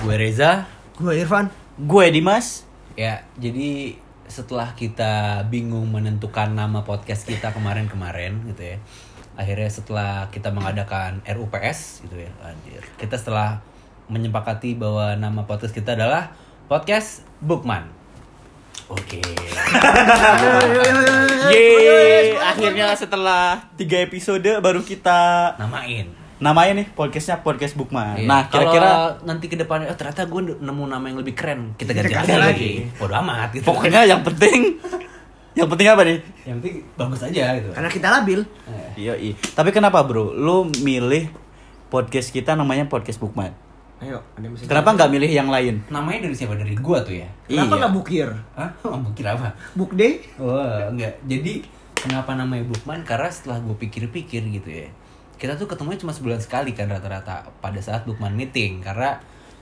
Gue Reza. Gue Irfan. Gue Dimas. Ya, jadi setelah kita bingung menentukan nama podcast kita kemarin gitu ya. Akhirnya setelah kita mengadakan RUPS gitu ya. Kita setelah menyepakati bahwa nama podcast kita adalah Podcast Bookman. Oke. Yeay, akhirnya setelah 3 episode baru kita Namain nih podcastnya Podcast Bookman. Iya. Nah, kira-kira kalau nanti ke depannya ternyata gue nemu nama yang lebih keren, kita ganti lagi. Bodo amat gitu. pokoknya yang penting apa nih? Yang penting bagus aja gitu. Karena kita labil. Iya. Tapi kenapa, Bro? Lu milih podcast kita namanya Podcast Bookman? Ayo, ada yang mesti Kenapa nggak milih yang lain? Namanya dari siapa? Dari gua tuh ya. Kenapa Iya. nggak bukir? Hah? Bukir apa? Book day? Wah, enggak. Jadi kenapa namanya Bookman? Karena setelah gue pikir-pikir gitu ya, kita tuh ketemunya cuma sebulan sekali kan rata-rata pada saat Bookman meeting. Karena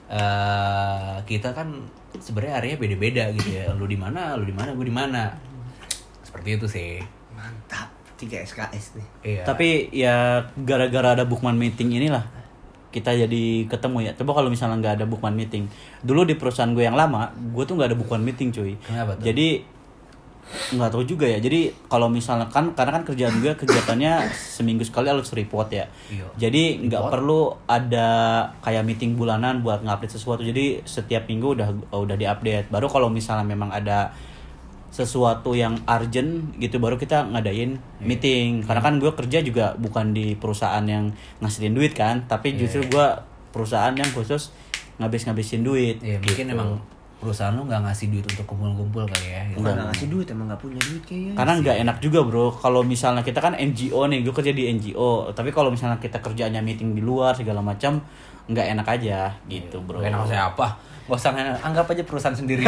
kita kan sebenarnya area beda-beda gitu ya. Lu di mana, gue di mana. Seperti itu sih. Mantap. 3 SKS nih. Iya. Tapi ya gara-gara ada Bookman meeting inilah kita jadi ketemu ya. Coba kalau misalnya nggak ada Bookman meeting. Dulu di perusahaan gue yang lama, gue tuh nggak ada Bookman meeting, cuy. Kenapa tuh? Jadi nggak tahu juga ya. Jadi kalau misalnya karena kan kerjaan gue kegiatannya seminggu sekali harus report ya. Iya. Jadi nggak perlu ada kayak meeting bulanan buat ngupdate sesuatu. Jadi setiap minggu udah diupdate. Baru kalau misalnya memang ada sesuatu yang urgent gitu baru kita ngadain meeting. Karena kan gue kerja juga bukan di perusahaan yang ngasihin duit kan, tapi justru gue perusahaan yang khusus ngabisin duit. Iya, mungkin gitu. emang perusahaan lu nggak ngasih duit untuk kumpul-kumpul kali ya. Gitu. Bukan nggak ngasih duit, emang nggak punya duit kayaknya. Karena nggak enak juga, Bro. Kalau misalnya kita kan NGO nih, gue kerja di NGO. Tapi kalau misalnya kita kerjanya meeting di luar segala macam, nggak enak aja gitu, Bro. Enak saya apa? Gak usah anggap aja perusahaan sendiri.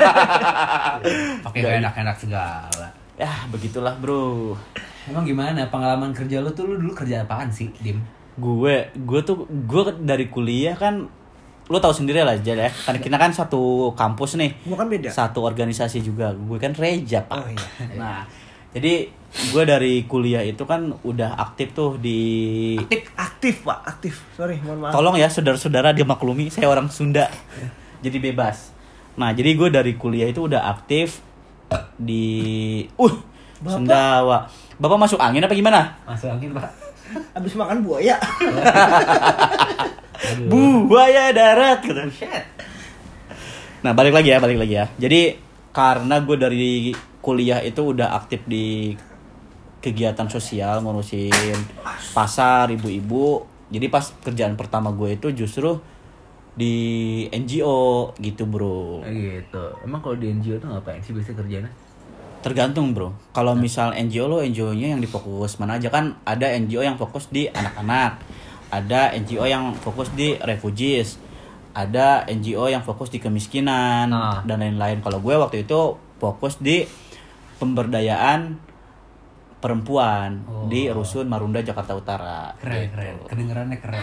Pakai gak enak-enak segala. Ya begitulah, Bro. Emang gimana pengalaman kerja lu tuh? Lu dulu kerja apaan sih, Dim? Gue dari kuliah kan, lu tahu sendiri lah Jal ya. Karena kita kan satu kampus nih. Gua kan beda. Satu organisasi juga. Gue kan Reja, Pak. Oh iya. Nah, jadi gue dari kuliah itu kan udah aktif tuh di Aktif, Pak. Aktif. Sorry, mohon maaf. Tolong ya saudara-saudara dimaklumi, saya orang Sunda. Jadi bebas. Nah, jadi gue dari kuliah itu udah aktif di Bapak? Sundawa. Bapak masuk angin apa gimana? Masuk angin, Pak. Abis makan buaya. Buaya darat gitu. Shit. Nah, balik lagi ya. Jadi karena gue dari kuliah itu udah aktif di kegiatan sosial, ngurusin pasar, ibu-ibu. Jadi pas kerjaan pertama gue itu justru di NGO gitu, Bro. Gitu. Emang kalau di NGO tuh ngapain sih biasanya kerjanya? Tergantung, Bro. Kalau misal NGO lo, NGO-nya yang difokus mana aja kan? Ada NGO yang fokus di anak-anak, ada NGO yang fokus di refugees, ada NGO yang fokus di kemiskinan dan lain-lain. Kalau gue waktu itu fokus di pemberdayaan perempuan di Rusun Marunda, Jakarta Utara. Keren. Kedengerannya keren.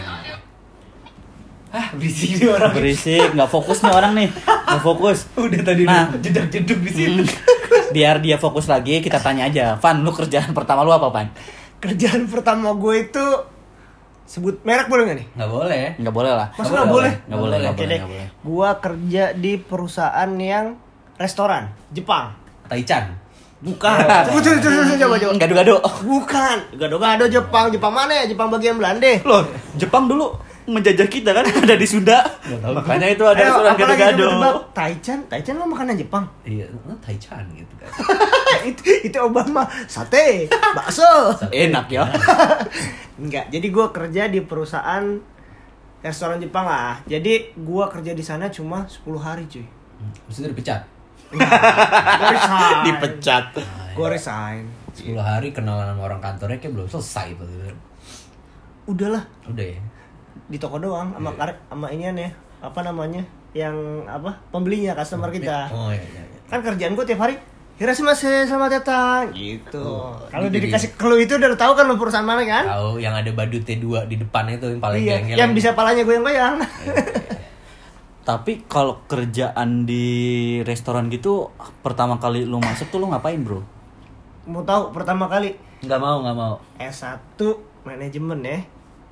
Berisik nih orang. Berisik, nggak fokus nih orang nih, nggak fokus. Udah tadi jedak-jeduk di situ. Biar dia fokus lagi, kita tanya aja. Van, lu kerjaan pertama lu apa, Van? Kerjaan pertama gue itu sebut merek boleh nggak nih? Nggak boleh. Nggak boleh lah. Masa nggak boleh? Nggak boleh. Oke deh. Gua kerja di perusahaan yang restoran Jepang. Taichan. Bukan. Coba. Gado-gado. Bukan. Gado-gado Jepang. Jepang mana ya? Jepang bagian Belanda. Loh, Jepang dulu menjajah kita kan, ada di Sunda. Makanya itu ada Ayo, restoran apalagi gado-gado. coba Taichan lo makanan Jepang. Iya, Taichan gitu kan. itu Obama sate, bakso. Enak ya. Enggak. Jadi gua kerja di perusahaan restoran Jepang lah. Jadi gua kerja di sana cuma 10 hari, cuy. Maksudnya dipecat? Gua resign. Dipecat. Gua resign. 10 hari kenalan sama orang kantornya kayak belum selesai itu. Udahlah. Udah ya. Di toko doang sama inian ya. Apa namanya? Yang apa? Pembelinya, customer kita. Oh iya. Kan kerjaan gua tiap hari Hirashimasen, selamat datang. Gitu. Kalau jadi- dikasih clue itu udah tahu kan lo perusahaan mana kan? Tahu yang ada badut T2 di depan itu yang paling Iya, geleng-geleng. yang bisa palanya goyang-goyang. Tapi kalau kerjaan di restoran gitu, pertama kali lu masuk tuh lu ngapain, Bro? Mau tahu pertama kali Nggak mau. S1 manajemen ya.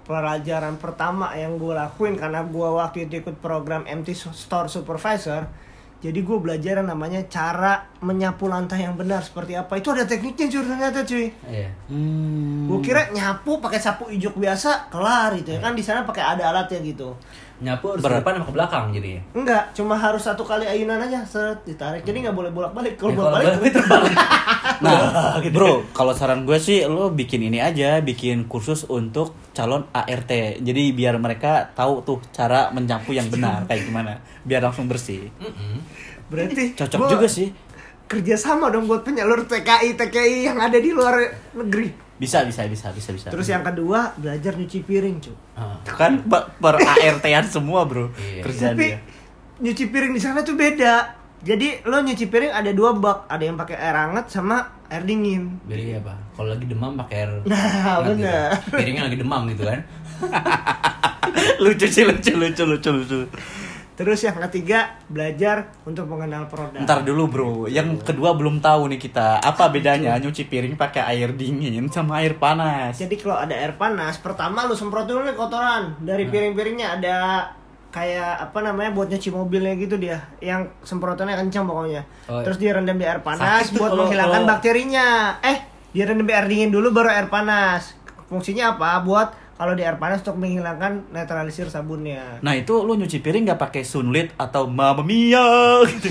pelajaran pertama yang gue lakuin karena gue waktu itu ikut program MT Store Supervisor. Jadi gue belajar yang namanya cara menyapu lantai yang benar seperti apa. Itu ada tekniknya cuy ternyata cuy. Iya. Gue kira nyapu pakai sapu ijuk biasa kelar gitu ya kan, di sana pakai ada alatnya gitu. Nyapu harus ke depan sama ke belakang jadinya. Enggak, cuma harus satu kali ayunan aja set ditarik. Jadi nggak boleh bolak-balik. Kalau Ya, bolak-balik terbang. Nah, bro, kalau saran gue sih lo bikin ini aja, bikin kursus untuk calon ART. Jadi biar mereka tahu tuh cara menyapu yang benar kayak gimana, biar langsung bersih. berarti Cocok gua juga sih. kerja sama dong buat penyalur TKI yang ada di luar negeri. Bisa. Terus yang kedua belajar nyuci piring cuy. kan per ART-an semua, bro. Iya. Kerjaan Tapi dia. nyuci piring di sana tuh beda. Jadi lo nyuci piring ada 2 bak, ada yang pakai air hangat sama air dingin. Beda apa? Kalau lagi demam pakai air. Nah, hangat gitu. bener. Piringnya lagi demam gitu kan. lucu. Terus yang ketiga belajar untuk mengenal produk. Ntar dulu, bro. Yang kedua belum tahu nih kita. Apa bedanya nyuci piring pakai air dingin sama air panas? Jadi kalau ada air panas, pertama lu semprot dulu nih kotoran dari piring-piringnya. Ada kayak apa namanya buat nyuci mobilnya gitu dia, yang semprotannya kencang pokoknya. Oh, Terus dia rendam di air panas sakit tuh buat kalau- menghilangkan kalau- bakterinya. Dia rendam di air dingin dulu baru air panas. Fungsinya apa? Buat kalau di air panas untuk menghilangkan netralisir sabunnya. Nah, itu lu nyuci piring nggak pakai Sunlit atau Mamma Mia gitu.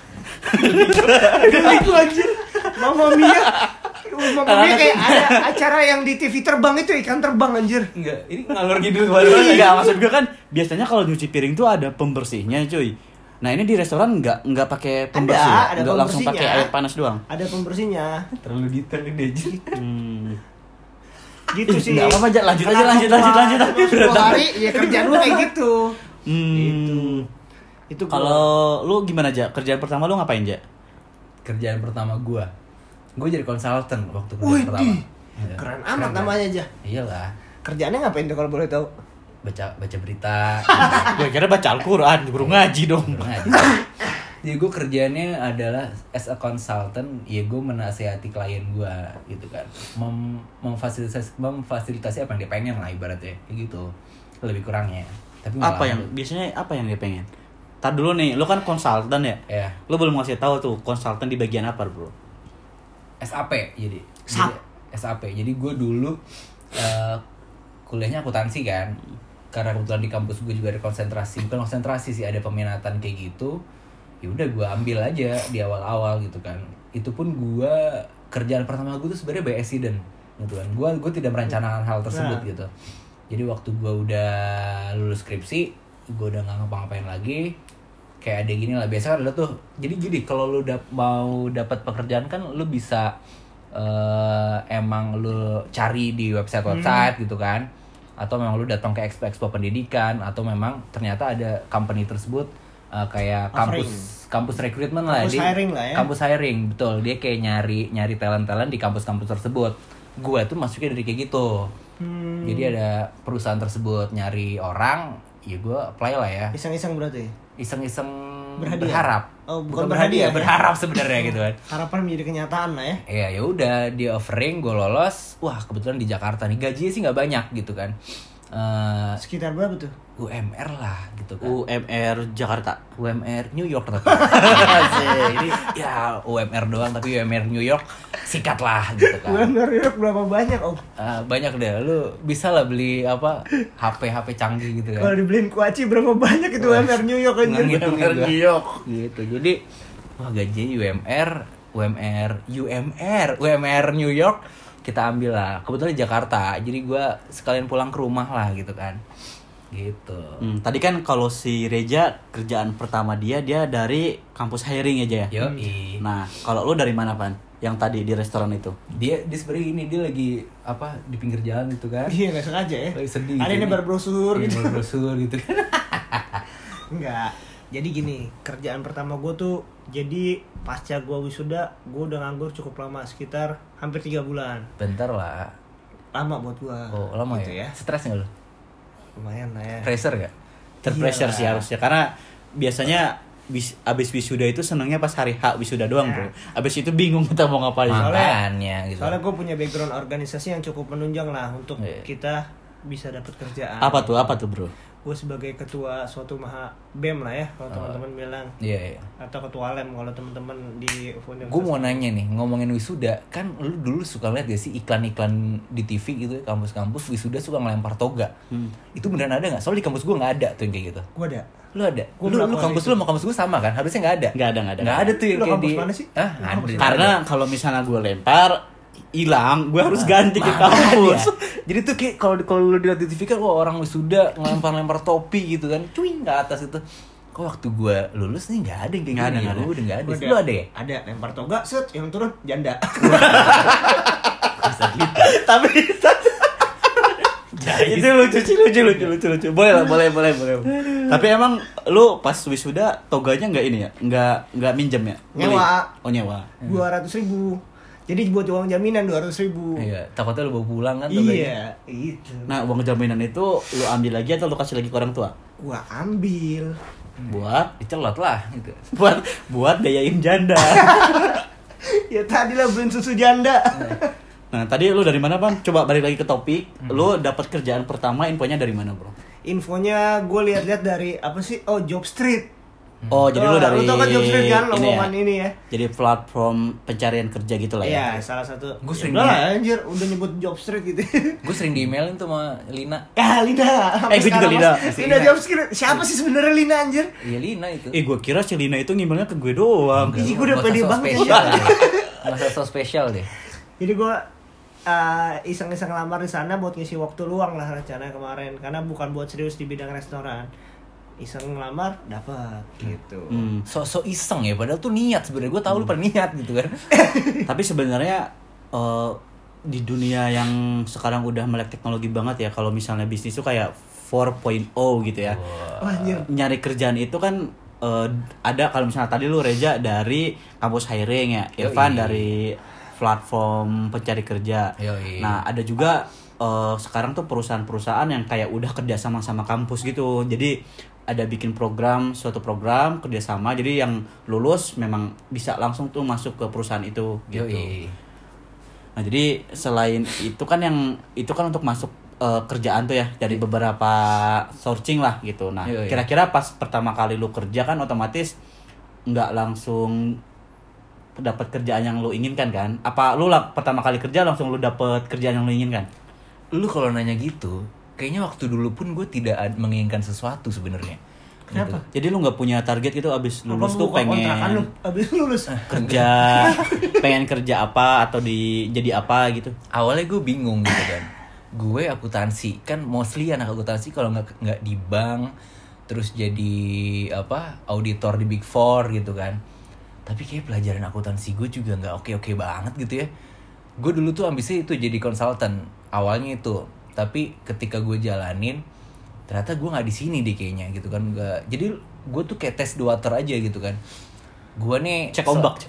Itu anjir. Mamma Mia kayak ada acara yang di TV terbang itu, ikan terbang anjir. Enggak, ini ngalor gitu Enggak, maksud gue kan biasanya kalau nyuci piring tuh ada pembersihnya, cuy. Nah, ini di restoran nggak pakai pembersih, Ada nggak langsung pakai pembersihnya. air panas doang. Ada pembersihnya. terlalu detail ini aja. Gitu sih. Nggak apa-apa, Jak. Lanjut aja, Karena lanjut. selama 10 hari ya kerjaan lu kayak gitu. Gitu. Itu Kalau lu gimana, Jak? Kerjaan pertama lu ngapain, Jak? Kerjaan pertama gue jadi konsultan waktu kerja Wih, pertama. di. Iya. Keren amat kan? namanya aja. Iyalah, Kerjaannya ngapain tuh kalau boleh tahu? baca berita. Gue kira baca Al-Quran, guru ngaji dong. Ngaji. Jadi gue kerjanya adalah as a consultant, ya gue menasehati klien gue gitu kan, memfasilitasi apa yang dia pengen lah ibaratnya, kayak gitu, lebih kurangnya. Tapi malah- Biasanya apa yang dia pengen? Tar dulu nih, lu kan konsultan ya? Ya, Lu belum ngasih tahu tuh konsultan di bagian apa, bro? SAP jadi. SAP. SAP. Jadi gue dulu kuliahnya akuntansi kan. Karena kebetulan di kampus gue juga ada konsentrasi, bukan konsentrasi sih, ada peminatan kayak gitu. Ya udah gue ambil aja di awal-awal gitu kan. Itu pun gue kerjaan pertama gue tuh sebenarnya by accident gitu kan. Gue tidak merencanakan hal tersebut Nah. gitu. Jadi waktu gue udah lulus skripsi, gue udah nggak ngapa-ngapain lagi. Kayak ada gini lah, biasa kan lo tuh. Jadi gini, kalau lo mau dapat pekerjaan kan lo bisa emang lo cari di website gitu kan, atau memang lo datang ke expo pendidikan, atau memang ternyata ada company tersebut kayak kampus rekrutmen lah, Kampus hiring lah ya. Kampus hiring, betul. Dia kayak nyari talent di kampus-kampus tersebut. Gue tuh masuknya dari kayak gitu. Jadi ada perusahaan tersebut nyari orang, ya gue apply lah ya. Iseng-iseng berarti. Iseng-iseng Berhadiah? berharap. Oh, bukan berhadiah ya? berharap sebenarnya gitu kan. Harapan menjadi kenyataan lah ya. Iya, ya udah dia offering, gue lolos. Wah, kebetulan di Jakarta nih, gajinya sih nggak banyak gitu kan. Sekitar berapa tuh? UMR lah gitu kan. UMR Jakarta. UMR New York tapi. Jadi ya UMR doang, tapi UMR New York sikat lah gitu kan. UMR berapa banyak om? Banyak deh, lu bisa lah beli apa HP canggih gitu Kalau kan. dibeliin kuaci berapa banyak itu UMR New York anjir. Ngitungin UMR gua. New York. Gitu. Jadi wah gaji UMR New York kita ambil lah. Kebetulan di Jakarta. Jadi gue sekalian pulang ke rumah lah gitu kan. Gitu. Tadi kan kalau si Reja kerjaan pertama dia dari kampus hiring aja ya. Yoi. Nah, kalau lu dari mana, Pan? Yang tadi di restoran itu. Dia sebenarnya ini dia lagi apa di pinggir jalan gitu kan. Iya nggak sengaja ya. Lagi sedih. Ada gitu ini nih. berbrosur Iya, gitu. berbrosur gitu kan. Enggak. Jadi gini, kerjaan pertama gue tuh, jadi pasca gue wisuda, gue udah nganggur cukup lama, sekitar hampir 3 bulan. Bentar lah. Lama buat gue. Oh, lama gitu ya? Stres nggak lu? Lumayan lah ya. Pressure gak? Terpressure Iyalah. sih harusnya karena biasanya abis wisuda itu senangnya pas hari H wisuda doang, bro. Abis itu bingung kita mau ngapain. Soalnya- Makanya gitu. Soalnya gue punya background organisasi yang cukup menunjang lah untuk Iya. kita bisa dapat kerjaan. Apa tuh bro? Gue sebagai ketua suatu BEM lah ya, kalau teman-teman bilang. Iya. Atau ketua lem kalau teman-teman di universitas. Gue mau nanya nih, ngomongin wisuda, kan lu dulu suka lihat gak sih iklan-iklan di TV gitu, kampus-kampus wisuda suka ngelempar toga. Itu beneran ada nggak? Soalnya di kampus gue nggak ada tuh yang kayak gitu. Gue ada. Lu ada? Lu kampus lu sama kampus gue sama kan? Harusnya nggak ada. Nggak ada Tuh yang Lu kayak kampus di. mana sih? Ada. Karena kalau misalnya gue lempar hilang, gue harus ganti ke Makanya. kampus. Jadi tuh kayak kalau lu lihat di TV kan wah orang wisuda ngelempar-lempar topi gitu kan, cuing ke atas itu. Kok waktu gue lulus nih nggak ada yang kayak gini. Nggak ada. Udah nggak ada. Gua Lu ada ya? Ada, lempar toga, set, yang turun janda. Bisa gitu. Tapi itu lucu. Boleh. Tapi emang lu pas wisuda toganya nggak ini ya? Nggak minjem ya? Beli? Nyewa. Oh nyewa. 200.000. Jadi buat uang jaminan 200.000. Iya, takutnya lu bawa pulang kan Iya, itu. Nah uang jaminan itu lu ambil lagi atau lu kasih lagi ke orang tua? Gua ambil. Buat dicelot lah gitu. buat biayain janda. Ya tadi lah beliin susu janda. Nah tadi lu dari mana bang? Coba balik lagi ke topik. Lu dapat kerjaan pertama infonya dari mana bro? Infonya gue lihat-lihat dari apa sih? Oh, Jobstreet. Oh jadi lu dari Lu tau kan Jobstreet kan, ini lowongan ini ya. Jadi platform pencarian kerja gitu lah ya. Iya, salah satu. Gua sering Udah lah anjir, udah nyebut Jobstreet gitu. Gue sering di-emailin tuh sama Lina. Ya, Lina. Gue Sampai juga sekarang Lina. Lina Jobstreet. Siapa sih sebenarnya Lina anjir? Iya Lina itu. Gue kira si Lina itu ngimbalnya ke gue doang. Ih, gua udah pede banget ya. spesial. Masa so spesial deh. Jadi gue iseng-iseng lamar di sana buat ngisi waktu luang lah rencananya kemarin, karena bukan buat serius di bidang restoran. Iseng ngelamar dapat gitu. So iseng ya, padahal tuh niat sebenarnya. Gue tahu lu pada niat gitu kan. Tapi sebenarnya di dunia yang sekarang udah melek teknologi banget ya, kalau misalnya bisnis tuh kayak 4.0 gitu ya. Wah, anjir. Nyari kerjaan itu kan ada, kalau misalnya tadi lu Reza dari kampus hiring ya, Irfan dari platform pencari kerja. Yoi. Nah ada juga sekarang tuh perusahaan-perusahaan yang kayak udah kerja sama kampus gitu. Jadi ada bikin suatu program kerjasama. Jadi yang lulus memang bisa langsung tuh masuk ke perusahaan itu gitu. Yoi. Nah jadi selain itu kan untuk masuk kerjaan tuh ya dari beberapa searching lah gitu. Nah Yoi. kira-kira pas pertama kali lu kerja kan otomatis nggak langsung dapat kerjaan yang lu inginkan kan? Apa lu pertama kali kerja langsung lu dapat kerjaan yang lu inginkan? Lu kalau nanya gitu, kayaknya waktu dulu pun gue tidak menginginkan sesuatu sebenarnya. Kenapa? Gitu. Jadi lu nggak punya target gitu abis lulus Apa tuh buka kontrakan lu pengen abis lulus? kerja, pengen kerja apa atau jadi apa gitu? Awalnya gue bingung gitu kan. Gue akuntansi, kan mostly anak akuntansi kalau nggak di bank, terus jadi auditor di Big Four gitu kan. Tapi kayak pelajaran akuntansi gue juga nggak oke banget gitu ya. Gue dulu tuh ambisinya itu jadi konsultan awalnya itu, tapi ketika gue jalanin ternyata gue nggak di sini deh kayaknya gitu kan. Jadi gue tuh kayak tes the water aja gitu kan. Gue nih Cek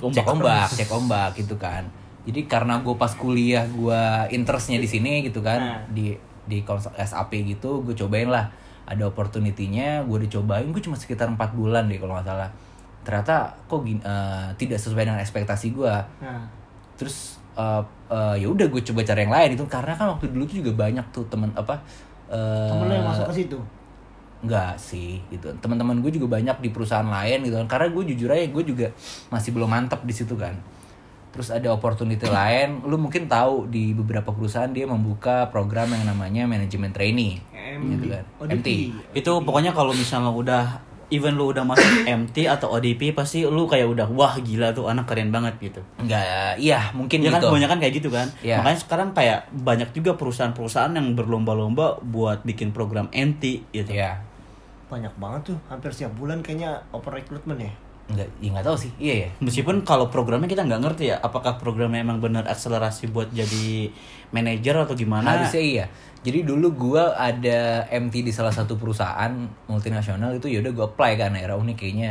ombak gitu kan. Jadi karena gue pas kuliah gue interestnya di sini gitu kan, di SAP gitu, gue cobain lah. Ada opportunity-nya, gue dicobain, gue cuma sekitar 4 bulan deh kalau nggak salah. Ternyata kok tidak sesuai dengan ekspektasi gue. Terus ya udah gue coba cari yang lain itu, karena kan waktu dulu tuh juga banyak tuh temen Temen lu yang masuk ke situ? Enggak sih gitu. Teman-teman gue juga banyak di perusahaan lain gitu kan. Karena gue jujur aja gue juga masih belum mantap di situ kan. Terus ada opportunity lain, lu mungkin tahu di beberapa perusahaan dia membuka program yang namanya manajemen trainee gitu kan. MT. Itu pokoknya kalau misalnya even lu udah masuk MT atau ODP pasti lu kayak udah wah gila tuh anak keren banget gitu. Enggak, iya mungkin ya gitu. Kan kebanyakan kayak gitu kan. Ya. Makanya sekarang kayak banyak juga perusahaan-perusahaan yang berlomba-lomba buat bikin program MT gitu. Iya. Banyak banget tuh, hampir setiap bulan kayaknya open recruitment ya. Enggak tahu sih. Iya ya. Meskipun kalau programnya kita nggak ngerti ya, apakah programnya emang benar akselerasi buat jadi manajer atau gimana? Harusnya iya. Jadi dulu gue ada MT di salah satu perusahaan multinasional itu, yaudah gue apply kan, era ini kayaknya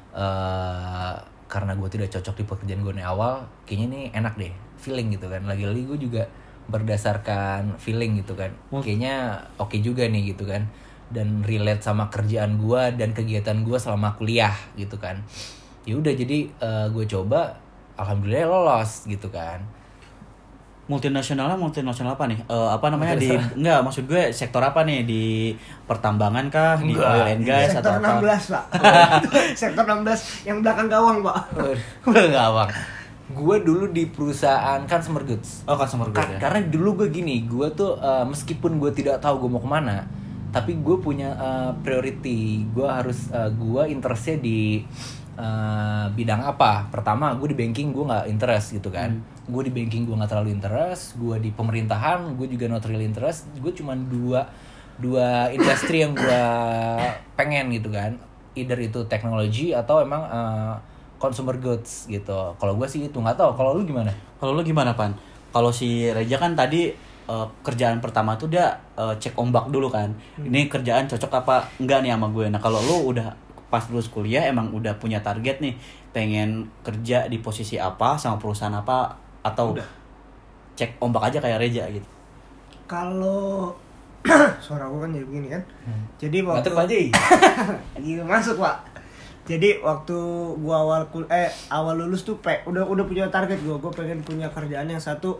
karena gue tidak cocok di pekerjaan gue dari awal, kayaknya ini enak deh, feeling gitu kan. Lagi-lagi gue juga berdasarkan feeling gitu kan, kayaknya oke juga nih gitu kan, dan relate sama kerjaan gue dan kegiatan gue selama kuliah gitu kan. Ya udah jadi gue coba, alhamdulillah lolos gitu kan. multinasional apa nih? Apa namanya enggak, maksud gue sektor apa nih, di pertambangan kah, di oil and gas Sektor atau apa? 16 Pak. Sektor 16 yang belakang gawang Pak. Gawang. Gue dulu di perusahaan consumer goods. Oh, consumer goods ya. Karena dulu gue gini, gue tuh meskipun gue tidak tahu gue mau kemana, tapi gue punya priority. Gue harus gue interestnya di bidang apa. Pertama gue di banking gue nggak interest gitu kan. Gue di banking gue nggak terlalu interest. Gue di pemerintahan gue juga not really interest. Gue cuma dua industri yang gue pengen gitu kan. Either itu teknologi atau emang consumer goods gitu. Kalau gue sih itu nggak tahu. Kalau lu gimana? Kalau lu gimana, Pan? Kalau si Reja kan tadi kerjaan pertama tuh dia cek ombak dulu kan. Ini kerjaan cocok apa enggak nih sama gue. Nah, kalau lu udah pas lulus kuliah emang udah punya target nih, pengen kerja di posisi apa sama perusahaan apa, atau cek ombak aja kayak Reja gitu? Kalau suara gue kan jadi begini kan. Jadi waktu Mantep aja. Iya masuk Pak. Jadi waktu gua awal lulus tuh udah punya target gue pengen punya kerjaan yang satu,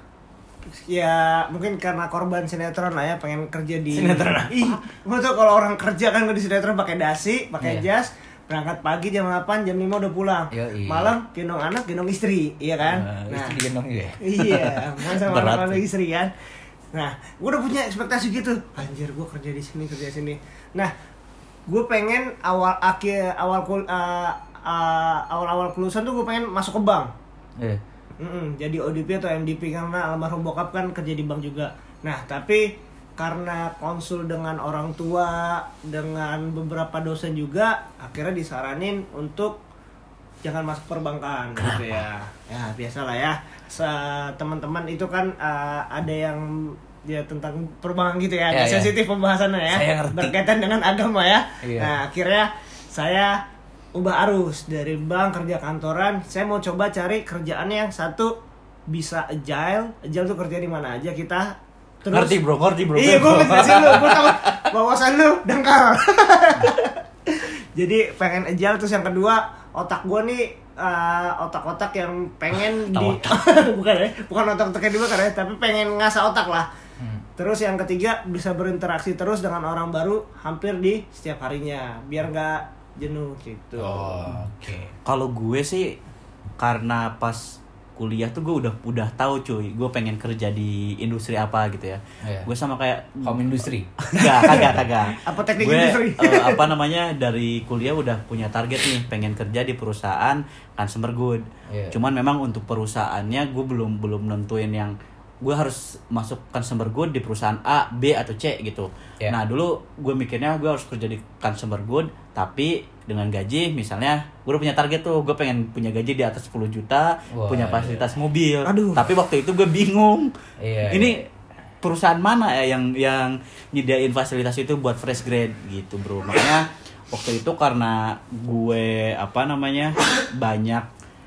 ya mungkin karena korban sinetron lah ya, pengen kerja di Sinetron. Gue tuh kalau orang kerja kan gue di sinetron pakai dasi, pakai jas, berangkat pagi jam 8, jam 5 udah pulang. Malam gendong anak, gendong istri, iya kan? Istri digendong juga. Iya, masa Berat malam sih. istri kan. Nah, gue udah punya ekspektasi gitu. Anjir, gue kerja di sini, kerja di sini. Nah, gue pengen awal kelulusan tuh gue pengen masuk ke bank. Jadi ODP atau MDP, karena almarhum bokap kan kerja di bank juga. Nah, tapi karena konsul dengan orang tua, dengan beberapa dosen juga, akhirnya disaranin untuk jangan masuk perbankan gitu ya. Ya, biasalah ya. Teman-teman itu kan ada yang ya tentang perbankan gitu ya, sensitif pembahasannya ya. Saya ngerti. Berkaitan dengan agama ya. Iya. Nah, akhirnya saya ubah arus dari bank kerja kantoran. Saya mau coba cari kerjaan yang satu bisa agile tuh kerja di mana aja kita. Terus Ngerti bro. Iya, gue ngejelasin lu, gue takut bawasan lu dangkal. Jadi pengen agile. Terus yang kedua, otak gue nih otak-otak yang pengen bukan otak-otak yang dibakar ya, tapi pengen ngasah otak lah. Terus yang ketiga, bisa berinteraksi terus dengan orang baru hampir di setiap harinya, biar nggak jenuh gitu. Oke. Kalau gue sih karena pas kuliah tuh gue udah tahu cuy, gue pengen kerja di industri apa gitu ya. Gue sama kayak Home industry. kagak. Apa teknik Gue industri? dari kuliah udah punya target nih, pengen kerja di perusahaan consumer good. Cuman memang untuk perusahaannya gue belum nentuin yang gue harus masuk consumer good di perusahaan A, B atau C gitu. Nah, dulu gue mikirnya gue harus kerja di consumer good tapi dengan gaji, misalnya gue udah punya target tuh, gue pengen punya gaji di atas 10 juta, punya fasilitas mobil. Tapi waktu itu gue bingung. Ini perusahaan mana ya yang nyediain fasilitas itu buat fresh grade gitu, bro. Makanya waktu itu karena gue banyak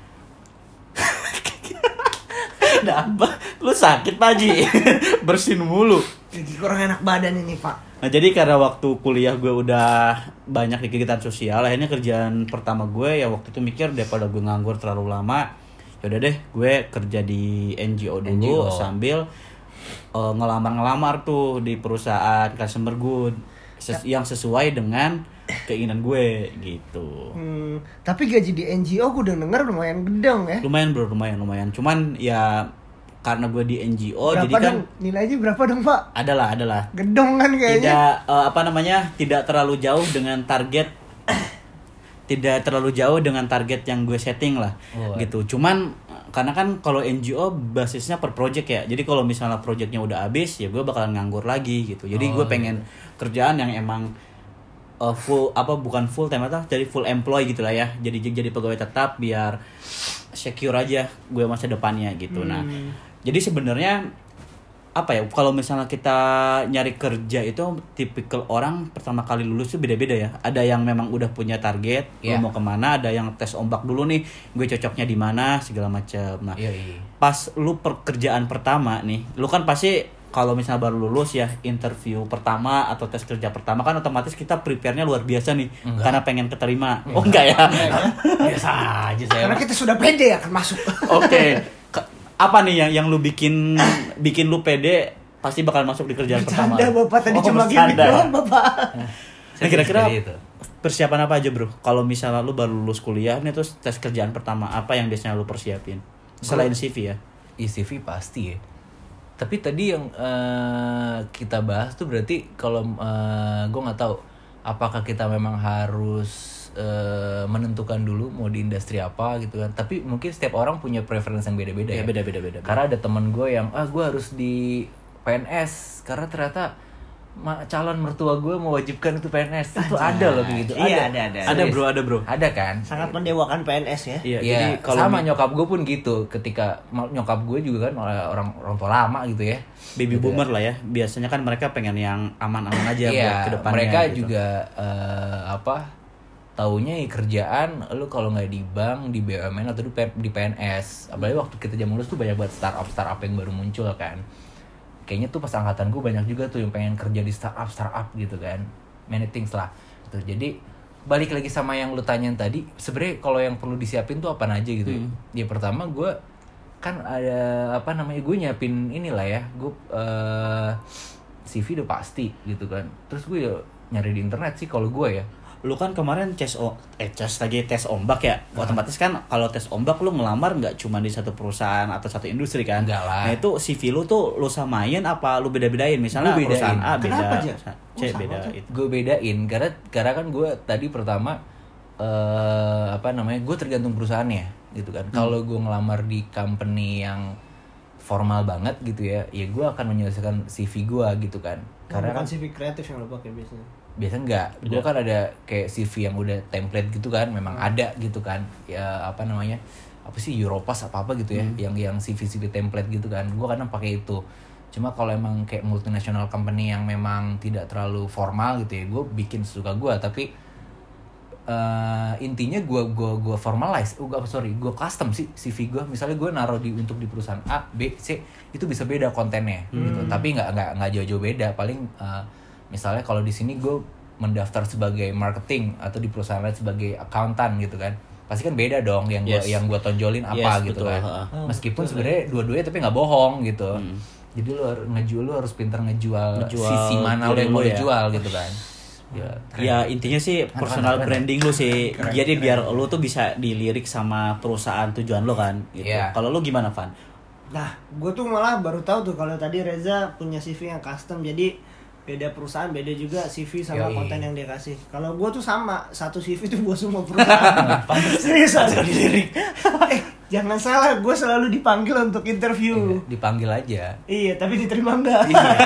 ada apa? Lu sakit Pak Ji? Bersin mulu. Jadi kurang enak badan ini Pak. Nah, jadi karena waktu kuliah gue udah banyak di kegiatan sosial, akhirnya kerjaan pertama gue ya waktu itu mikir daripada gue nganggur terlalu lama, yaudah deh gue kerja di NGO dulu sambil ngelamar tuh di perusahaan consumer good yang sesuai dengan keinginan gue gitu. Tapi gaji di NGO gue udah denger lumayan gedeng ya. Lumayan bro, lumayan. Cuman ya karena gue di NGO berapa jadi kan nilainya berapa dong Pak? Adalah. Gedong kan kayaknya. Tidak terlalu jauh dengan target. Tidak terlalu jauh dengan target yang gue setting lah. Gitu. Cuman karena kan kalau NGO basisnya per project ya. Jadi kalau misalnya projectnya udah habis ya gue bakalan nganggur lagi gitu. Jadi gue pengen kerjaan yang emang bukan full time jadi full employee gitu lah ya. Jadi pegawai tetap biar secure aja gue masa depannya gitu. Nah, jadi sebenarnya kalau misalnya kita nyari kerja itu tipikal orang pertama kali lulus tuh beda-beda ya. Ada yang memang udah punya target, lu mau kemana, ada yang tes ombak dulu nih, gue cocoknya di mana segala macam. Nah, pas lu pekerjaan pertama nih, lu kan pasti kalau misalnya baru lulus ya, interview pertama atau tes kerja pertama kan otomatis kita prepare-nya luar biasa nih. Karena pengen keterima. Enggak ya? Biasa aja saya. Karena kita sudah pede akan masuk. Oke. Apa nih yang lu bikin lu pede pasti bakal masuk di kerjaan pertama? Bercanda Bapak tadi cuma gini bercanda. doang Bapak. Nah, kira-kira Seperti itu. persiapan apa aja bro? Kalau misalnya lu baru lulus kuliah nih terus tes kerjaan pertama apa yang biasanya lu persiapin? Selain CV ya? CV pasti ya. Tapi tadi yang kita bahas tuh berarti kalau gue nggak tahu apakah kita memang harus menentukan dulu mau di industri apa gitu kan. Tapi mungkin setiap orang punya preference yang beda-beda ya. Beda-beda. Karena ada teman gue yang gue harus di PNS karena ternyata calon mertua gue mewajibkan itu PNS. Itu ada loh kayak gitu. Iya, ada. Ada bro. Ada kan? Sangat mendewakan PNS ya. Iya, Iya, jadi kalau sama nyokap gue pun gitu. Ketika nyokap gue juga kan orang tua lama gitu ya. baby boomer lah ya. Biasanya kan mereka pengen yang aman-aman aja buat Iya, kedepannya. mereka gitu. juga taunya ya kerjaan lu kalau nggak di bank, di BUMN atau di PNS. Apalagi waktu kita zaman lulus tuh banyak buat startup yang baru muncul kan. Kayaknya tuh pas angkatan gue banyak juga tuh yang pengen kerja di startup gitu kan. Many things lah. Tuh, jadi balik lagi sama yang lu tanyain tadi, sebenarnya kalau yang perlu disiapin tuh apa aja gitu ya. Ya pertama gue kan ada gue nyiapin inilah ya. Gue CV udah pasti gitu kan. Terus gue ya nyari di internet sih kalau gue ya. Lu kan kemarin tes ombak ya. Otomatis kan kalau tes ombak lu ngelamar nggak cuma di satu perusahaan atau satu industri kan. Enggak lah. Nah itu CV lu tuh lu samain apa lu beda-bedain? Misalnya Gua bedain. perusahaan A beda, Kenapa, Ja? C Oh, sama beda tuh. itu. Gue bedain karena kan gue tadi pertama gue tergantung perusahaannya gitu kan. Kalau gue ngelamar di company yang formal banget gitu ya gue akan menyelesaikan CV gue gitu kan. Karena Bukan kan CV kreatif yang lo pakai biasanya. biasa enggak, gue kan ada kayak CV yang udah template gitu kan, memang ada gitu kan ya apa sih Europass apa gitu ya, yang CV template gitu kan, gue kadang pakai itu. Cuma kalau emang kayak multinational company yang memang tidak terlalu formal gitu ya, gue bikin sesuka gue. Tapi intinya gue formalize, gue custom sih CV gue. Misalnya gue naruh untuk di perusahaan A, B, C, itu bisa beda kontennya gitu. Tapi nggak jauh-jauh beda. Paling misalnya kalau di sini gue mendaftar sebagai marketing atau di perusahaan lain sebagai accountant gitu kan, pasti kan beda dong yang gue tonjolin apa gitu betul. kan. Meskipun sebenarnya dua-duanya tapi nggak bohong gitu. Jadi lu harus pintar ngejual sisi mana lo yang mau dijual gitu kan. Ya intinya sih personal branding lu sih. Jadi biar lu tuh bisa dilirik sama perusahaan tujuan lu kan gitu. Iya. Kalau lu gimana, Van? Nah, gue tuh malah baru tahu tuh kalau tadi Reza punya CV yang custom. Jadi beda perusahaan, beda juga CV sama Yoi. konten yang dia kasih. Kalau gue tuh sama, satu CV tuh buat semua perusahaan. Seriusan. Jangan salah, gue selalu dipanggil untuk interview. Dipanggil aja. Iya, tapi diterima enggak?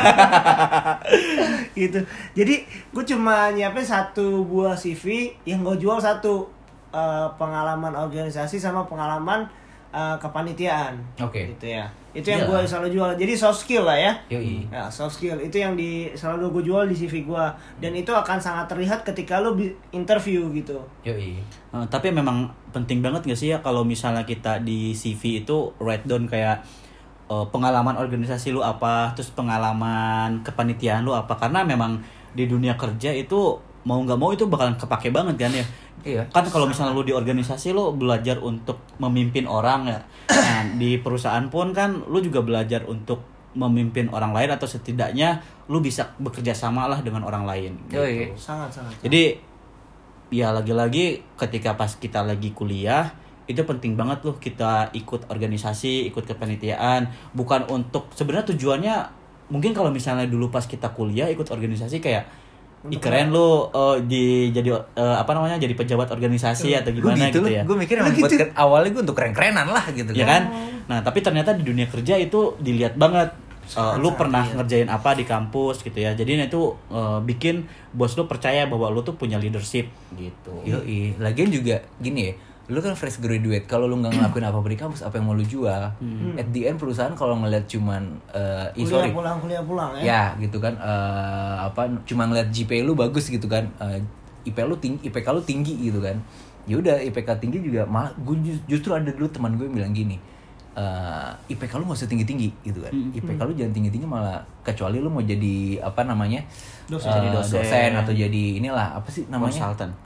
Gitu. Jadi gue cuma nyiapin satu buah CV yang gue jual satu, pengalaman organisasi sama pengalaman kepanitiaan. Oke. Gitu ya. Itu yang Iya. gue selalu jual. Jadi soft skill lah ya. Yoi. Ya, soft skill itu yang selalu gue jual di CV gue, dan itu akan sangat terlihat ketika lo interview gitu. Yoi. Tapi memang penting banget gak sih ya kalau misalnya kita di CV itu write down kayak pengalaman organisasi lu apa, terus pengalaman kepanitiaan lu apa, karena memang di dunia kerja itu mau nggak mau itu bakalan kepake banget kan ya. Iya. Kan kalau misalnya lu di organisasi lu belajar untuk memimpin orang ya. Nah, di perusahaan pun kan lu juga belajar untuk memimpin orang lain atau setidaknya lu bisa bekerja sama lah dengan orang lain gitu. Yoi. Sangat. Jadi ya lagi-lagi ketika pas kita lagi kuliah itu penting banget loh kita ikut organisasi, ikut kepanitiaan, bukan untuk sebenarnya tujuannya mungkin kalau misalnya dulu pas kita kuliah ikut organisasi kayak keren lo jadi pejabat organisasi atau gimana gitu ya. Gue mikir emang buat awalnya gue untuk keren-kerenan lah gitu Ya kan? Nah, tapi ternyata di dunia kerja itu dilihat banget. Lu pernah ngerjain apa di kampus gitu ya. Jadi itu bikin bos lu percaya bahwa lu tuh punya leadership gitu. Yoi. Lagian juga gini ya, lu kan fresh graduate, kalau lu nggak ngelakuin apa-apa di kampus, apa yang mau lu jual? At the end perusahaan kalau ngeliat cuman Kuliah pulang ya. ya gitu kan, cuma ngeliat GPA lu bagus gitu kan, IPK lu tinggi gitu kan, ya udah IPK tinggi juga malah gue justru ada dulu teman gue bilang gini, IPK lu nggak usah tinggi gitu kan, IPK lu jangan tinggi malah, kecuali lu mau jadi Dosen. dosen atau jadi inilah apa sih namanya, Konsultan.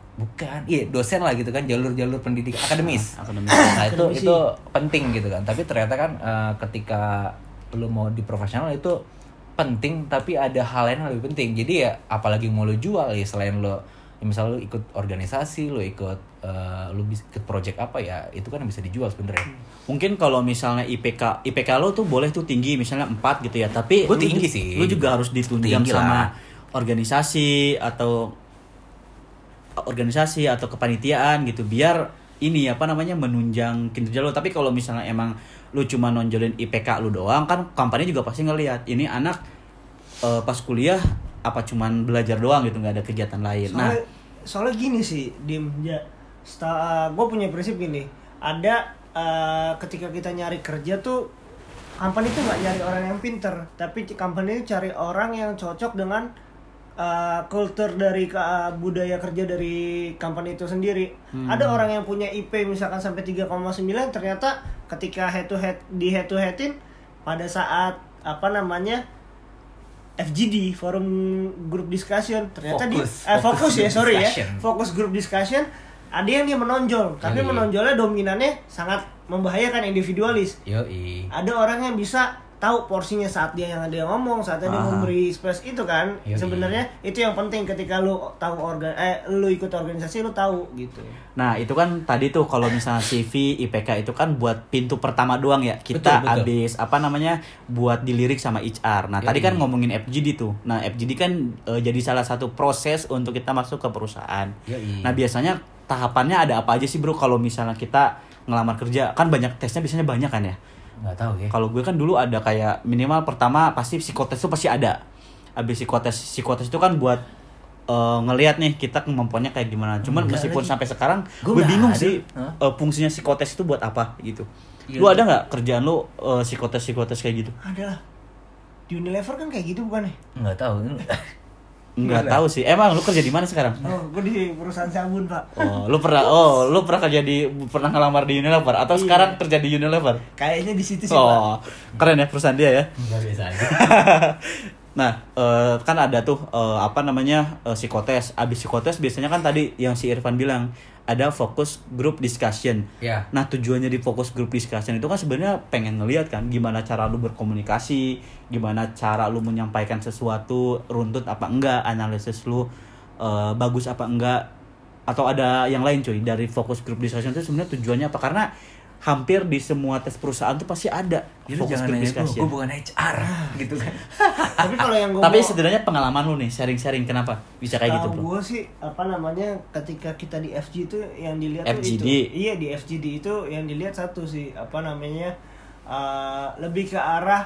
bukan, iya dosen lah gitu kan, jalur pendidikan akademis. Akademis. Nah itu penting gitu kan. Tapi ternyata kan ketika lu mau di profesional itu penting, tapi ada hal lain yang lebih penting. Jadi ya apalagi mau lu jual ya, selain lu ya misal lu ikut organisasi, lu ikut project apa ya, itu kan bisa dijual sebenarnya. Mungkin kalau misalnya IPK lo tuh boleh tuh tinggi, misalnya 4 gitu ya, tapi Gua tinggi sih. Lu juga harus ditunjang Tinggi sama lah. organisasi atau kepanitiaan gitu, biar ini apa namanya menunjang kinerja lo. Tapi kalau misalnya emang lu cuma nonjolin IPK lu doang, kan company juga pasti ngelihat ini anak pas kuliah apa cuman belajar doang gitu, nggak ada kegiatan lain. Soalnya gini sih, Dim, ya, gue punya prinsip gini, ada ketika kita nyari kerja tuh, company tuh nggak nyari orang yang pinter, tapi company itu cari orang yang cocok dengan culture dari budaya kerja dari company itu sendiri. Ada orang yang punya IP misalkan sampai 3,9, ternyata ketika head to headin pada saat apa namanya FGD, forum group discussion, ternyata fokus group discussion, ada yang dia menonjol, tapi menonjolnya dominannya sangat membahayakan, individualis. Ada orang yang bisa tahu porsinya saat dia ngomong, saat dia memberi space itu kan. Sebenarnya itu yang penting ketika lu tahu lu ikut organisasi, lu tahu gitu. Nah, itu kan tadi tuh kalau misalnya CV, IPK itu kan buat pintu pertama doang ya. Kita Betul. habis buat dilirik sama HR. Nah, tadi kan ngomongin FGD tuh. Nah, FGD kan jadi salah satu proses untuk kita masuk ke perusahaan. Nah, biasanya tahapannya ada apa aja sih, Bro, kalau misalnya kita ngelamar kerja? Kan banyak tesnya, biasanya banyak kan ya? Nggak tahu ya. Kalau gue kan dulu ada kayak minimal pertama pasti psikotes itu pasti ada. Habis psikotes itu kan buat ngelihat nih kita kemampuannya kayak gimana. Cuman meskipun sampai sekarang gue bingung sih fungsinya psikotes itu buat apa gitu. Lu ada nggak kerjaan lu psikotes kayak gitu? Ada lah. Di Unilever kan kayak gitu bukan ya? Nggak tahu. Nggak tahu sih. Emang lu kerja di mana sekarang? Gue di perusahaan sabun, Pak. Lu pernah pernah ngelamar di Unilever atau sekarang kerja di Unilever? Kayaknya di situ sih, Pak. Keren ya perusahaan dia ya. Nggak biasa aja. Nah, kan ada tuh psikotes. Abis psikotes biasanya kan tadi yang si Irfan bilang ada fokus group discussion. Ya. Nah, tujuannya di fokus group discussion itu kan sebenarnya pengen ngelihat kan gimana cara lu berkomunikasi, gimana cara lu menyampaikan sesuatu, runtut apa enggak, analisis lu bagus apa enggak, atau ada yang lain cuy. Dari fokus group discussion itu sebenarnya tujuannya apa? Karena hampir di semua tes perusahaan tuh pasti ada fokus group discussion. Gue bukan HR gitu kan. Tapi kalau yang gue Tapi setidaknya pengalaman lu nih, sharing-sharing kenapa bisa kayak gitu, Bro? Gue sih ketika kita di FG itu yang dilihat FGD. tuh itu. Iya, di FGD itu yang dilihat satu sih lebih ke arah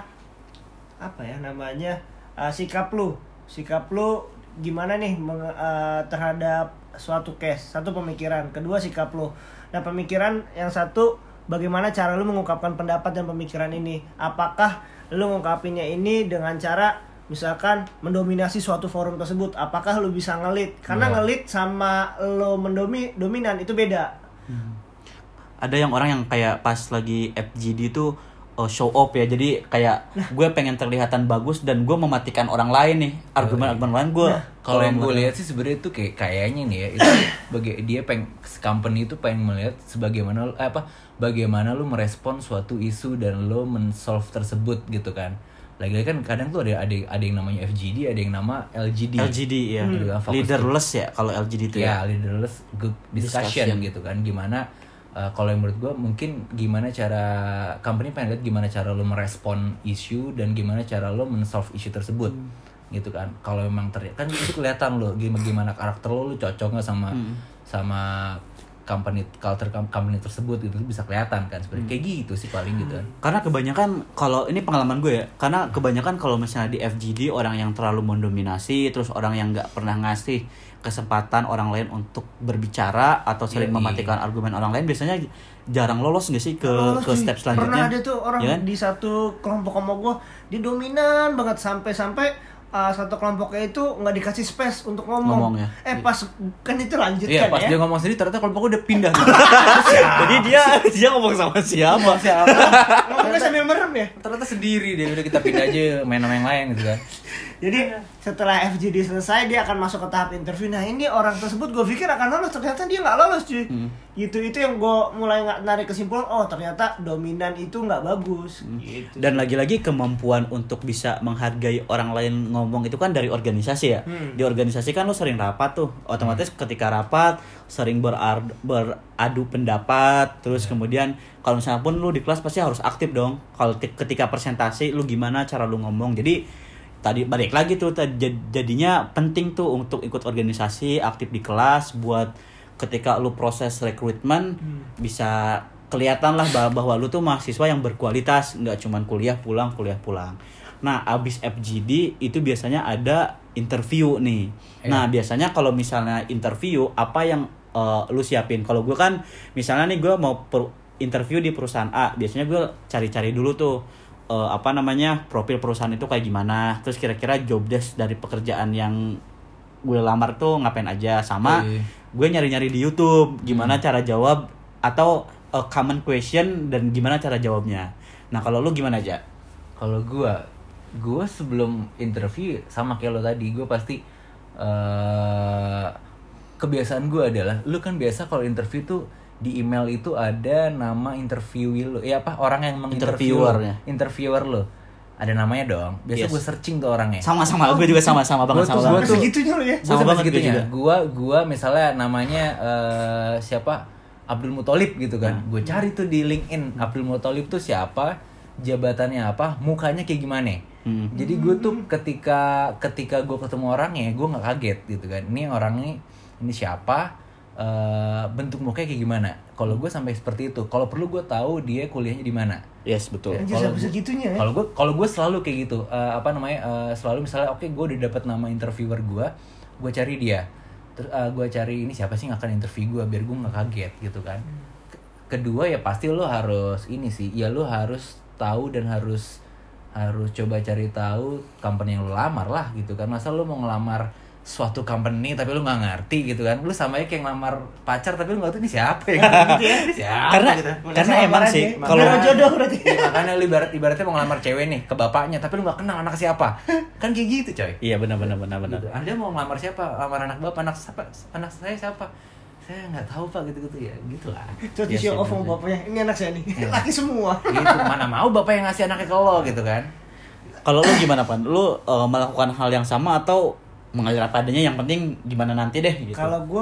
sikap lu gimana nih terhadap suatu case, satu pemikiran, kedua sikap lu. Nah, pemikiran yang satu, bagaimana cara lu mengungkapkan pendapat dan pemikiran ini? Apakah lu ngungkapinnya ini dengan cara misalkan mendominasi suatu forum tersebut? Apakah lu bisa ngelit? Karena ngelit sama lu dominan itu beda. Ada yang orang yang kayak pas lagi FGD itu show off ya, jadi kayak gue pengen terlihatan bagus dan gue mematikan orang lain nih, argumen lain gue. Kalau yang gue lihat sih sebenarnya itu kayaknya nih ya, itu company itu pengen melihat bagaimana lu merespon suatu isu dan lu men-solve tersebut gitu kan. Lagi-lagi kan kadang tuh ada yang namanya FGD, ada yang nama LGD ya. Gitu kan, Leaderless ya kalau LGD itu ya. Leaderless group discussion gitu kan. Gimana kalau yang menurut gue mungkin gimana cara company pengen lihat gimana cara lo merespon isu dan gimana cara lo men-solve isu tersebut gitu kan. Kalau memang kan itu kelihatan lo gimana karakter lo cocok nggak sama culture company tersebut, gitu bisa kelihatan kan seperti kayak gitu sih paling gitu kan. Karena kebanyakan kalau ini pengalaman gue ya, karena kebanyakan kalau misalnya di FGD orang yang terlalu mendominasi, terus orang yang nggak pernah ngasih kesempatan orang lain untuk berbicara atau sering mematikan argumen orang lain, biasanya jarang lolos nggak sih ke step selanjutnya. Pernah ada tuh orang ya? Di satu kelompok sama gue, dia dominan banget sampai satu kelompoknya itu nggak dikasih space untuk ngomong ya? Pas kan itu lanjut kan pas dia ngomong sendiri ternyata kelompoknya udah pindah. Jadi dia ngomong sama siapa? Ngomongnya sambil merem ya? Ternyata sendiri dia, udah kita pindah aja main sama yang lain gitu kan. Jadi setelah FGD selesai dia akan masuk ke tahap interview. Nah ini orang tersebut gue pikir akan lolos, ternyata dia nggak lolos cuy. Itu yang gue mulai nggak narik kesimpulan. Oh ternyata dominan itu nggak bagus. Gitu. Dan lagi-lagi kemampuan untuk bisa menghargai orang lain ngomong itu kan dari organisasi ya. Di organisasi kan lu sering rapat tuh, otomatis ketika rapat sering beradu pendapat. Terus kemudian kalau misalnya pun lu di kelas pasti harus aktif dong. Kalau ketika presentasi lu gimana cara lu ngomong. Jadi tadi balik lagi tuh, jadinya penting tuh untuk ikut organisasi, aktif di kelas buat ketika lu proses rekrutmen bisa kelihatan lah bahwa lu tuh mahasiswa yang berkualitas, nggak cuman kuliah pulang. Nah abis FGD itu biasanya ada interview nih. Nah biasanya kalau misalnya interview apa yang lu siapin? Kalau gue kan misalnya nih gue mau interview di perusahaan A, biasanya gue cari-cari dulu tuh profil perusahaan itu kayak gimana, terus kira-kira job desk dari pekerjaan yang gue lamar tuh ngapain aja, sama gue nyari-nyari di YouTube gimana cara jawab atau common question dan gimana cara jawabnya. Nah kalau lu gimana aja? Kalau gue sebelum interview sama kayak lo tadi, gue pasti kebiasaan gue adalah, lu kan biasa kalau interview tuh di email itu ada nama interview lo, orang yang menginterview interviewer lo, ada namanya dong. Biasa gue searching tuh orangnya. Sama gue juga sama banget sama banget. Segitunya lo ya. Sama banget segitunya. Gue misalnya namanya siapa, Abdul Muthalib gitu kan. Gue cari tuh di LinkedIn Abdul Muthalib tuh siapa, jabatannya apa, mukanya kayak gimana. Jadi gue tuh ketika gue ketemu orangnya, gue nggak kaget gitu kan. Ini orangnya ini siapa, bentuk mukanya kayak gimana. Kalau gue sampai seperti itu. Kalau perlu gue tahu dia kuliahnya di mana. Yes, betul. Segitunya ya. Kalau gue selalu kayak gitu. Selalu misalnya gue udah dapat nama interviewer gue cari dia. Terus gue cari ini siapa sih yang akan interview gue biar gue nggak kaget gitu kan. Kedua ya pasti lo harus ini sih. Ya lo harus tahu dan harus coba cari tahu company yang lo lamar lah gitu kan. Masa lo mau ngelamar suatu company tapi lu nggak ngerti gitu kan, lu sama aja kayak ngelamar pacar tapi lu nggak tahu ini siapa ya gitu ya. Karena emang sih kalau jodoh berarti makanya lu ibaratnya mau ngelamar cewek nih ke bapaknya tapi lu nggak kenal anak siapa, kan kayak gitu coy. Iya benar Gitu. Anda mau ngelamar siapa, lamar anak bapak, anak saya siapa, saya nggak tahu pak, gitu ya gitulah. Terus di show off sama bapaknya, ini anak saya nih laki semua gitu. Mana mau bapak yang ngasih anaknya ke lo gitu kan. Kalau lu gimana Pan, lu melakukan hal yang sama atau mengajar apa adanya, yang penting gimana nanti deh gitu?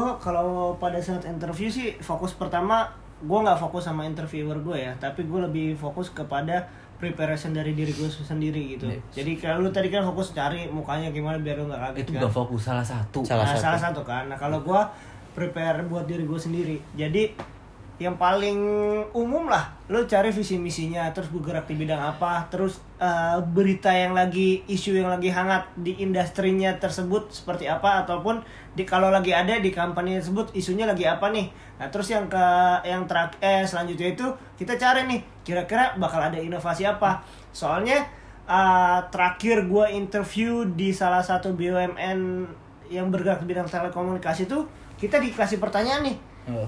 Kalau pada saat interview sih fokus pertama gue nggak fokus sama interviewer gue ya, tapi gue lebih fokus kepada preparation dari diri gue sendiri gitu. Jadi kalau lu tadi kan fokus cari mukanya gimana biar lu nggak kaget. Itu kan? bukan fokus, salah satu kan. Nah kalau gue prepare buat diri gue sendiri, jadi yang paling umum lah, lo cari visi misinya, terus gue gerak di bidang apa, terus berita yang lagi, isu yang lagi hangat di industrinya tersebut seperti apa, ataupun kalau lagi ada di company tersebut isunya lagi apa nih. Nah terus selanjutnya itu kita cari nih kira-kira bakal ada inovasi apa. Soalnya terakhir gue interview di salah satu BUMN yang bergerak di bidang telekomunikasi tuh, kita dikasih pertanyaan nih.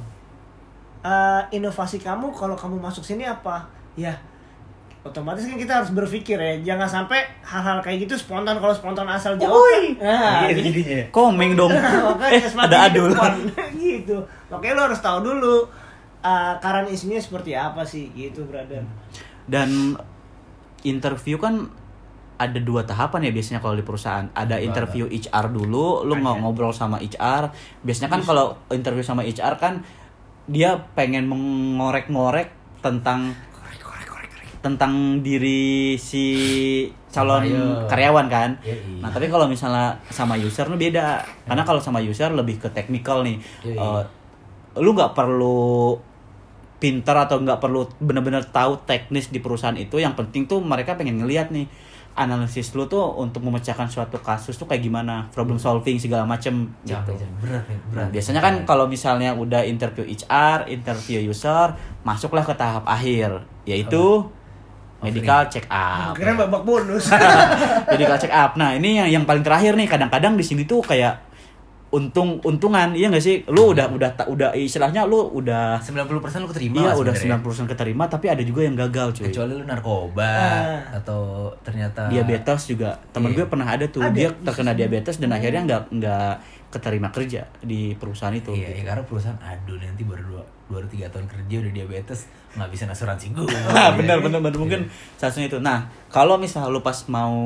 Inovasi kamu kalau kamu masuk sini apa? Ya otomatis kan kita harus berpikir ya, jangan sampai hal-hal kayak gitu spontan. Kalau spontan asal jawab jadinya komeng dong. Ada adul gitu. Makanya lo harus tahu dulu current isunya seperti apa sih gitu, brother. Dan interview kan ada 2 tahapan ya biasanya kalau di perusahaan. Ada interview HR dulu, lu ngobrol sama HR. Biasanya kan kalau interview sama HR kan dia pengen mengorek-ngorek tentang diri si calon karyawan kan. Nah tapi kalau misalnya sama user lu beda. Karena kalau sama user lebih ke technical nih. Lu nggak perlu pintar atau nggak perlu benar-benar tahu teknis di perusahaan itu. Yang penting tuh mereka pengen ngelihat nih analisis lu tuh untuk memecahkan suatu kasus tuh kayak gimana, problem solving segala macem gitu. Berat. Biasanya kan kalau misalnya udah interview HR, interview user, masuklah ke tahap akhir, yaitu medical check up. Kira babak bonus. Medical check up. Nah ini yang paling terakhir nih, kadang-kadang di sini tuh kayak untungan, iya nggak sih? Lu udah istilahnya lu udah 90% lu keterima iya lah udah sebenarnya. 90% keterima, tapi ada juga yang gagal cuy. Kecuali lu narkoba atau ternyata Diabetes juga. Temen Iya. gue pernah ada tuh, dia terkena diabetes dan akhirnya nggak keterima kerja di perusahaan itu. Iya, ya, karena perusahaan aduh nanti baru 2-3 tahun kerja udah diabetes nggak bisa asuransi gue. Nah, benar mungkin satunya itu. Nah, kalau misal lu pas mau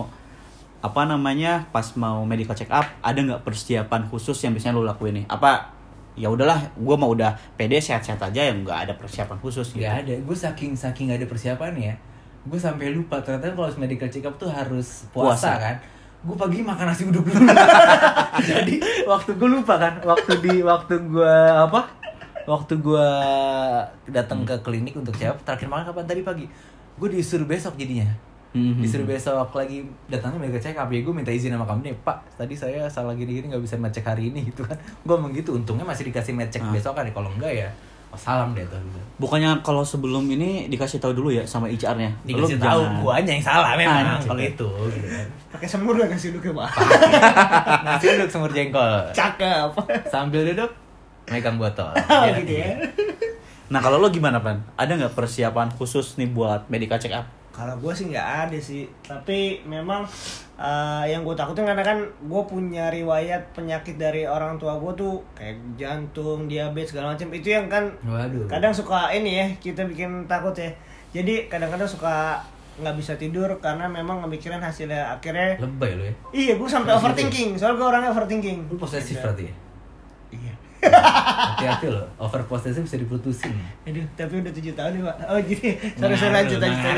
medical check up, ada nggak persiapan khusus yang biasanya lu lakuin nih? Apa ya udahlah, gue mau udah pede sehat-sehat aja, yang nggak ada persiapan khusus gitu. Gak ada, gue saking gak ada persiapan ya, gue sampai lupa ternyata kalau medical check up tuh harus puasa. Kan. Gue pagi makan nasi uduk dulu. Jadi waktu gue lupa kan, waktu gue datang ke klinik untuk check up, terakhir makan kapan tadi pagi, gue disuruh besok jadinya. Disuruh besok lagi datangnya medical check up, ya gue minta izin sama kamu nih, Pak, tadi saya salah gini-gini nggak bisa ngecek hari ini gitu kan. Gue emang gitu, untungnya masih dikasih ngecek besok kan, kalau enggak ya salam deh tuh. Bukannya kalau sebelum ini dikasih tahu dulu ya sama HR-nya? Dikasih tahu, guanya yang salah memang kalau itu gitu kan. Pakai semur gak nasi uduknya, Pak? Nasi uduk semur jengkol. Cakep. Sambil duduk megang botol. Oh, gitu ya. Nah, kalau lo gimana, Pan? Ada nggak persiapan khusus nih buat medical check up? Kalau gue sih nggak ada sih, tapi memang yang gue takutin karena kan gue punya riwayat penyakit dari orang tua gue tuh kayak jantung, diabetes segala macam, itu yang kan Waduh. kadang suka ini ya, kita bikin takut ya. Jadi kadang-kadang suka nggak bisa tidur karena memang ngemikirin hasilnya, akhirnya Lebay lo ya. iya gue sampai overthinking, soalnya gue orangnya overthinking. Lu posesif berarti ya? Iya. Hati-hati lo, over posesif bisa diputusin. Aduh, tapi udah 7 tahun nih, Pak. Oh, jadi sorry lanjut.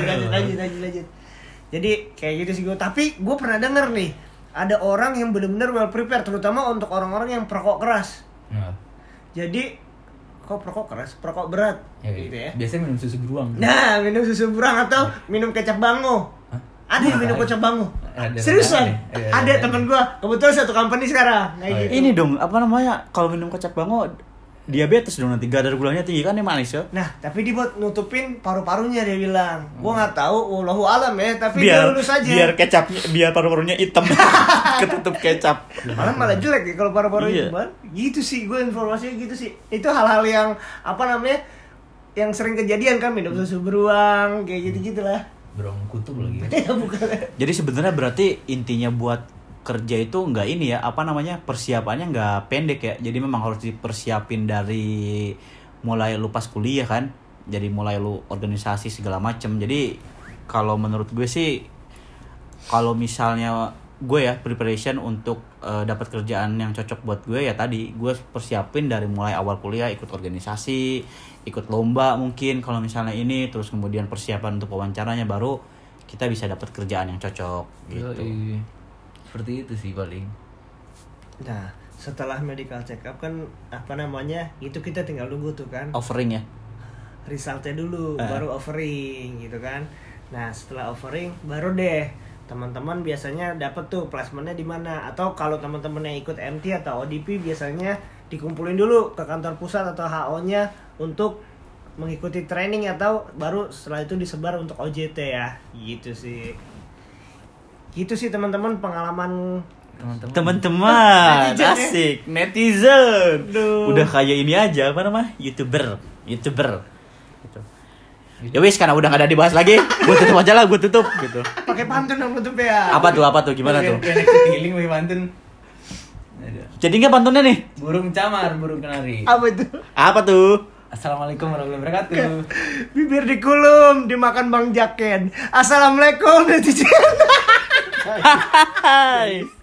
Jadi kayak gitu sih gue. Tapi gue pernah denger nih, ada orang yang benar-benar well prepared, terutama untuk orang-orang yang perokok keras. Nah, Jadi kok perokok keras, perokok berat, ya, gitu ya. biasanya minum susu beruang. Nah, minum susu berang atau minum kecap bango. Hah? Ada yang minum kecap bango. Ada. Seriusan? Ada. Ada temen gue. Kebetulan satu company sekarang. Kayak gitu. Ini dong, kalau minum kecap bango diabetes dong nanti, kadar gulanya tinggi kan, ini manis ya. Nah, tapi dia buat nutupin paru-parunya, dia bilang. Gua nggak tahu, wallahu alam ya, tapi Biar dia lulus aja. biar paru-parunya hitam. Ketutup kecap. Malah jelek ya kalau paru-paru Iya. itu, Bang. Gitu sih, gue informasinya gitu sih. Itu hal-hal yang yang sering kejadian kan, minum susu beruang, kayak gitu-gitulah. Beruang kutub lagi ya. Bukan. Jadi sebenarnya berarti intinya buat kerja itu nggak ini ya, persiapannya nggak pendek ya. Jadi memang harus dipersiapin dari mulai lu pas kuliah kan. Jadi mulai lu organisasi segala macem. Jadi kalau menurut gue sih, kalau misalnya gue ya preparation untuk dapat kerjaan yang cocok buat gue ya tadi, gue persiapin dari mulai awal kuliah, ikut organisasi, ikut lomba mungkin kalau misalnya ini, terus kemudian persiapan untuk wawancaranya, baru kita bisa dapat kerjaan yang cocok gitu. Yoi. Seperti itu sih paling. Nah, setelah medical check up kan itu kita tinggal nunggu tuh kan. Offering ya. Resultnya dulu, baru offering gitu kan. Nah, setelah offering baru deh teman-teman biasanya dapat tuh placementnya di mana, atau kalau teman-teman yang ikut MT atau ODP biasanya dikumpulin dulu ke kantor pusat atau HO-nya untuk mengikuti training, atau baru setelah itu disebar untuk OJT ya. Gitu sih teman-teman pengalaman Teman-teman, Netizen ya? asik, netizen. Duh. Udah kayak ini aja, YouTuber. Gitu. Ya wis, karena udah gak ada dibahas lagi, gue tutup aja lah, gitu. pakai pantun yang nutup ya. Apa tuh, gimana tuh? Kayak ketiling pakai pantun. Aduh. Jadi nggak pantunnya nih? Burung camar, burung kenari. Apa tuh? Assalamualaikum warahmatullahi wabarakatuh. Bibir dikulum dimakan Bang Jaken. Assalamualaikum netizen. Hai.